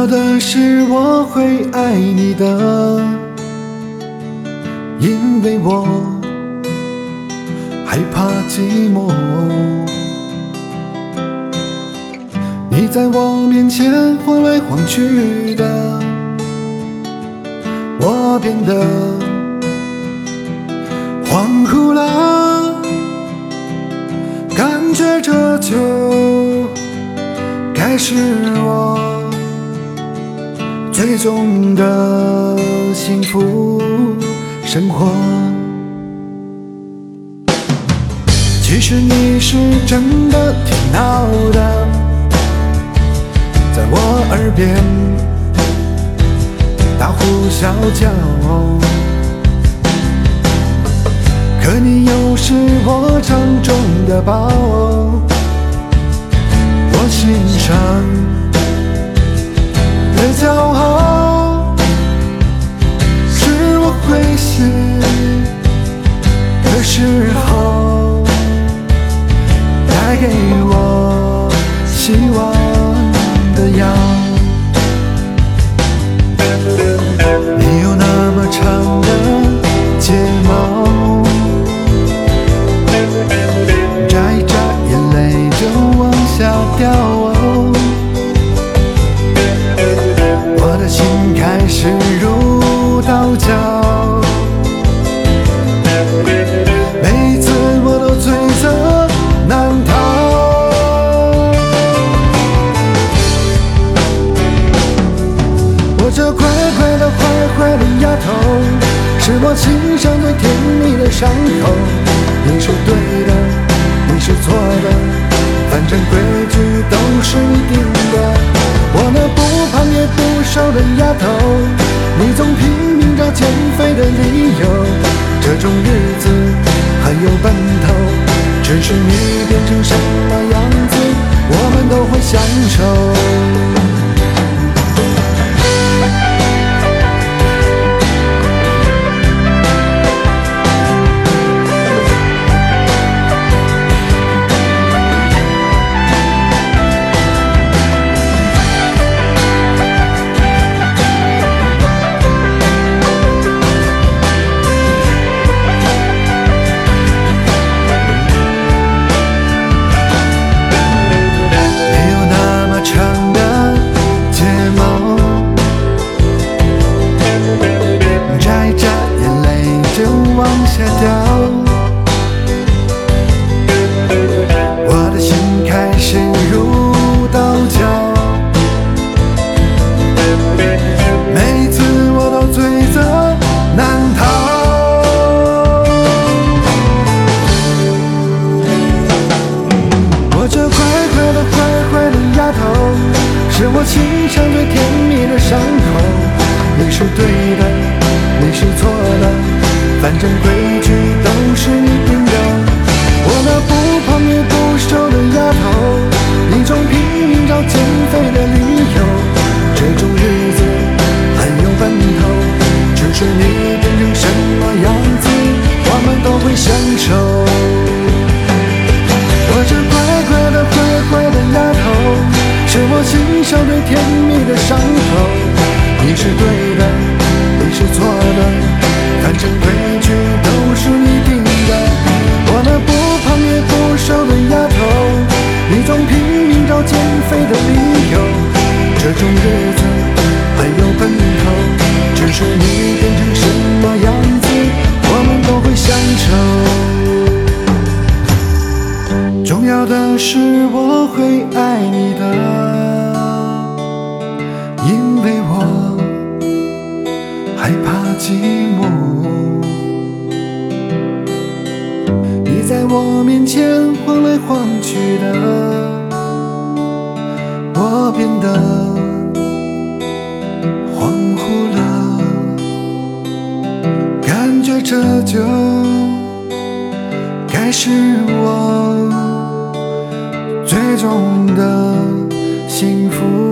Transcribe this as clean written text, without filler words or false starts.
要的是我会爱你的，因为我害怕寂寞。你在我面前晃来晃去的，我变得恍惚了，感觉这就该是我最终的幸福生活。其实你是真的挺闹的，在我耳边大呼小叫，可你又是我掌中的宝，我心上的骄傲，是我灰心的时候带给我希望的药。你有那么长的睫毛，眨一眨眼泪就往下掉，我的心开始如刀绞，每一次我都罪责难逃。我这乖乖的坏坏的丫头，是我心上最甜蜜的伤口。你是对的，你是错的，反正规矩都是你定的。我那不胖也不瘦的丫头，你总拼命找减肥的理由。这种日子很有奔头，只是你变成什么样子，我们都会享受。我的心开始如刀绞，每一次我都罪责难逃。我这乖乖的坏坏的丫头，是我心上最甜蜜的伤口。你是对的，你是错的，反正规矩都是你定的。我那不胖也不瘦的丫头，你总拼命找减肥的理由。这种日子很有奔头，只是你变成什么样子，我们都会享受。我这乖乖的坏坏的丫头，是我心上最甜蜜的伤口。你是对的，你是错的，反正规矩都是你定的。我那不胖也不瘦的丫头，你总拼命找减肥的理由。这种日子很有奔头，只是你变成什么样子，我们都会享受。重要的是我会爱你的，因为我害怕寂寞。你在我面前晃来晃去的，我变得恍惚了，感觉这就该是我最终的幸福